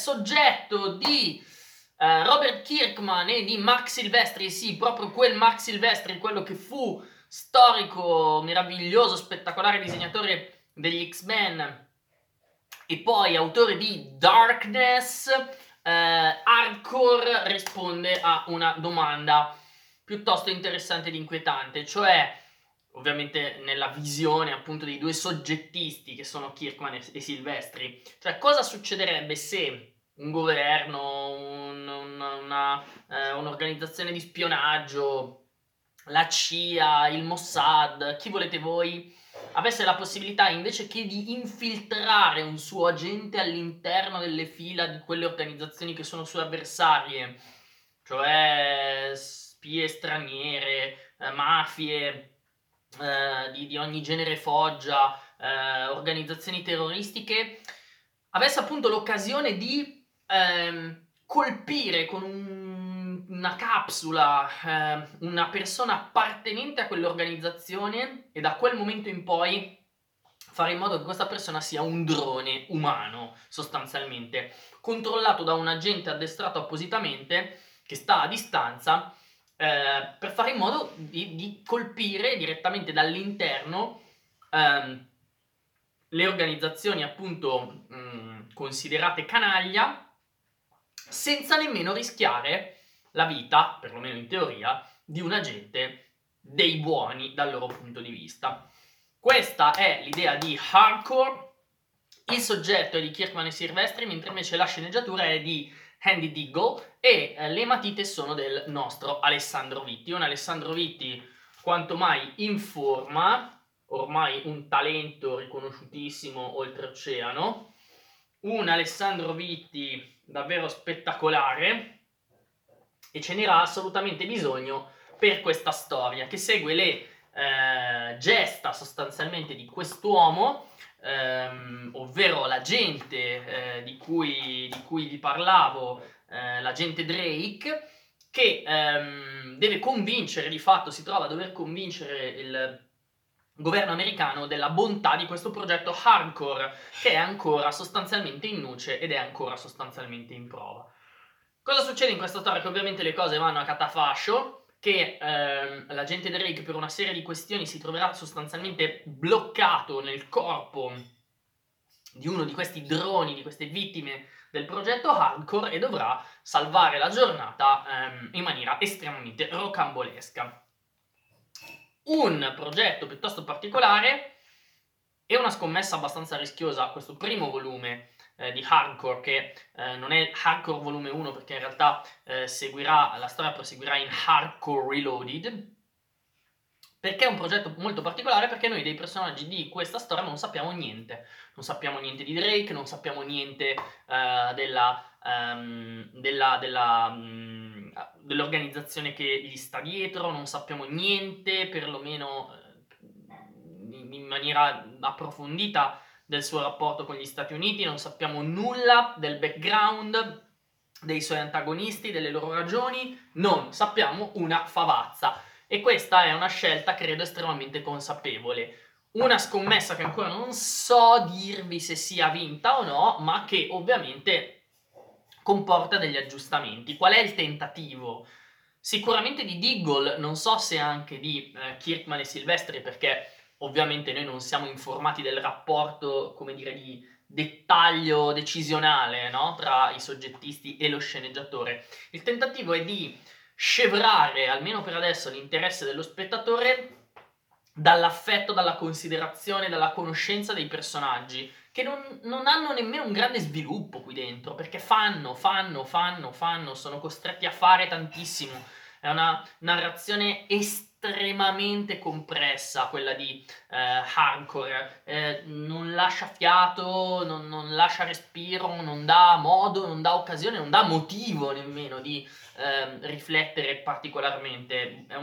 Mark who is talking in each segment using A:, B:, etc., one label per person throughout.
A: soggetto di Robert Kirkman e di Marc Silvestri, sì, proprio quel Marc Silvestri, quello che fu storico, meraviglioso, spettacolare disegnatore degli X-Men e poi autore di Darkness. Hardcore risponde a una domanda piuttosto interessante ed inquietante, cioè ovviamente nella visione appunto dei due soggettisti che sono Kirkman e Silvestri, cioè cosa succederebbe se un governo, un'organizzazione di spionaggio, la CIA, il Mossad, chi volete voi, avesse la possibilità invece che di infiltrare un suo agente all'interno delle fila di quelle organizzazioni che sono sue avversarie, cioè spie straniere, mafie di ogni genere e foggia, organizzazioni terroristiche, avesse appunto l'occasione di colpire con una capsula una persona appartenente a quell'organizzazione e da quel momento in poi fare in modo che questa persona sia un drone umano, sostanzialmente, controllato da un agente addestrato appositamente che sta a distanza per fare in modo di colpire direttamente dall'interno le organizzazioni appunto considerate canaglia, senza nemmeno rischiare la vita, perlomeno in teoria, di un agente dei buoni dal loro punto di vista. Questa è l'idea di Hardcore, il soggetto è di Kirkman e Silvestri, mentre invece la sceneggiatura è di Andy Diggle e le matite sono del nostro Alessandro Vitti. Un Alessandro Vitti quanto mai in forma, ormai un talento riconosciutissimo oltreoceano, un Alessandro Vitti davvero spettacolare e ce n'era assolutamente bisogno per questa storia che segue le gesta sostanzialmente di quest'uomo, ovvero l'agente di cui vi parlavo, l'agente Drake, che deve convincere, di fatto si trova a dover convincere il governo americano della bontà di questo progetto Hardcore, che è ancora sostanzialmente in nuce ed è ancora sostanzialmente in prova. Cosa succede in questa storia? Che ovviamente le cose vanno a catafascio, che l'agente Drake per una serie di questioni si troverà sostanzialmente bloccato nel corpo di uno di questi droni, di queste vittime del progetto Hardcore e dovrà salvare la giornata in maniera estremamente rocambolesca. Un progetto piuttosto particolare e una scommessa abbastanza rischiosa, questo primo volume di Hardcore, che non è Hardcore volume 1 perché in realtà la storia proseguirà in Hardcore Reloaded, perché è un progetto molto particolare, perché noi dei personaggi di questa storia non sappiamo niente. Non sappiamo niente di Drake, non sappiamo niente dell'organizzazione che gli sta dietro, non sappiamo niente, perlomeno in maniera approfondita, del suo rapporto con gli Stati Uniti, non sappiamo nulla del background dei suoi antagonisti, delle loro ragioni, non sappiamo una favazza. E questa è una scelta, credo, estremamente consapevole. Una scommessa che ancora non so dirvi se sia vinta o no, ma che ovviamente comporta degli aggiustamenti. Qual è il tentativo? Sicuramente di Diggle, non so se anche di Kirkman e Silvestri, perché ovviamente noi non siamo informati del rapporto, come dire, di dettaglio decisionale, no? Tra i soggettisti e lo sceneggiatore. Il tentativo è di scevrare, almeno per adesso, l'interesse dello spettatore dall'affetto, dalla considerazione, dalla conoscenza dei personaggi, che non hanno nemmeno un grande sviluppo qui dentro, perché fanno, sono costretti a fare tantissimo. È una narrazione estremamente compressa, quella di Hardcore. Non lascia fiato, non lascia respiro, non dà modo, non dà occasione, non dà motivo nemmeno di riflettere particolarmente. È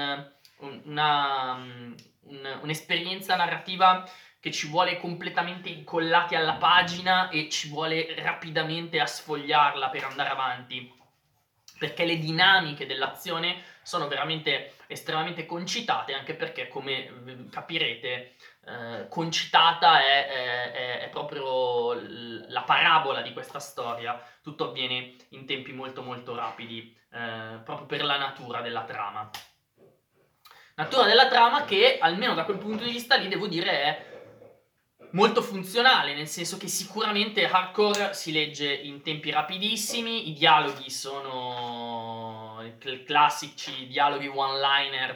A: un'esperienza narrativa che ci vuole completamente incollati alla pagina e ci vuole rapidamente a sfogliarla per andare avanti, perché le dinamiche dell'azione sono veramente estremamente concitate, anche perché, come capirete, concitata è proprio la parabola di questa storia. Tutto avviene in tempi molto molto rapidi, proprio per la natura della trama. Natura della trama che, almeno da quel punto di vista lì, devo dire è molto funzionale, nel senso che sicuramente Hardcore si legge in tempi rapidissimi, i dialoghi sono i classici dialoghi one-liner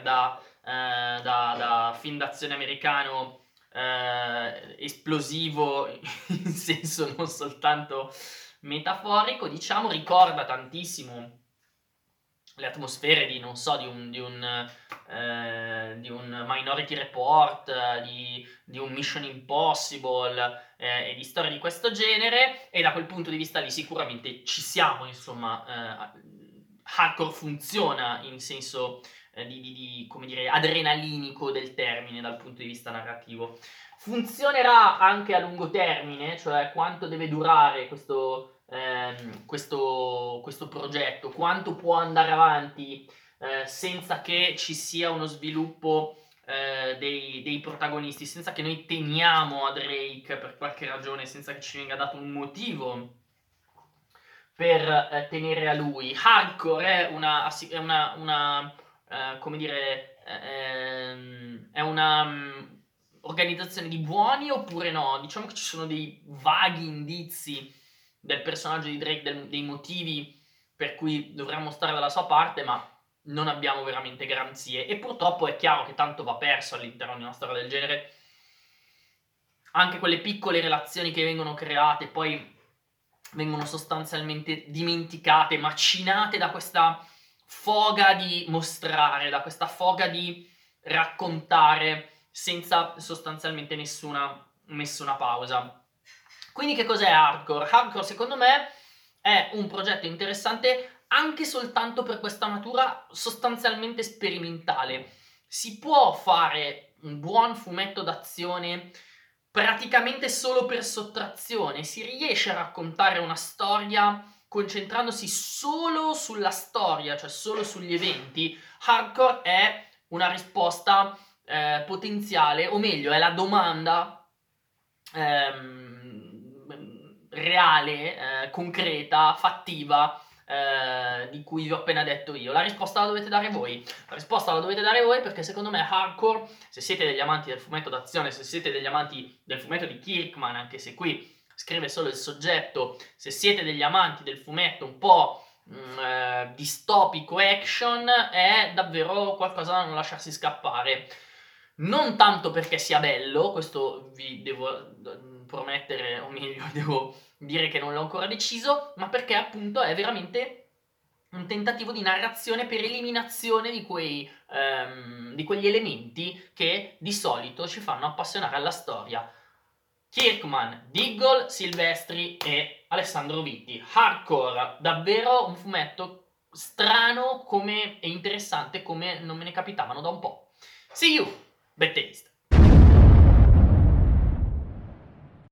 A: da film d'azione americano, esplosivo in senso non soltanto metaforico, diciamo, ricorda tantissimo le atmosfere di, non so, di un Minority Report, di un Mission Impossible, e di storie di questo genere, e da quel punto di vista lì sicuramente ci siamo, insomma. Hardcore funziona in senso come dire, adrenalinico del termine dal punto di vista narrativo. Funzionerà anche a lungo termine, cioè quanto deve durare questo progetto, quanto può andare avanti senza che ci sia uno sviluppo dei protagonisti, senza che noi teniamo a Drake per qualche ragione, senza che ci venga dato un motivo per tenere a lui. Hardcore come dire, è una organizzazione di buoni oppure no? Diciamo che ci sono dei vaghi indizi del personaggio di Drake, dei motivi per cui dovremmo stare dalla sua parte, ma non abbiamo veramente garanzie. E purtroppo è chiaro che tanto va perso all'interno di una storia del genere. Anche quelle piccole relazioni che vengono create poi vengono sostanzialmente dimenticate, macinate da questa foga di mostrare, da questa foga di raccontare senza sostanzialmente nessuna pausa. Quindi che cos'è Hardcore? Hardcore secondo me è un progetto interessante anche soltanto per questa natura sostanzialmente sperimentale. Si può fare un buon fumetto d'azione praticamente solo per sottrazione, si riesce a raccontare una storia concentrandosi solo sulla storia, cioè solo sugli eventi. Hardcore è una risposta potenziale, o meglio, è la domanda reale, concreta, fattiva, di cui vi ho appena detto io. La risposta la dovete dare voi. La risposta la dovete dare voi perché secondo me Hardcore, se siete degli amanti del fumetto d'azione, se siete degli amanti del fumetto di Kirkman, anche se qui scrive solo il soggetto, se siete degli amanti del fumetto un po' distopico action, è davvero qualcosa da non lasciarsi scappare. Non tanto perché sia bello, questo vi devo promettere, o meglio, devo dire che non l'ho ancora deciso, ma perché appunto è veramente un tentativo di narrazione per eliminazione di quegli elementi che di solito ci fanno appassionare alla storia. Kirkman, Diggle, Silvestri e Alessandro Vitti. Hardcore, davvero un fumetto strano e interessante come non me ne capitavano da un po'. See you, bad taste.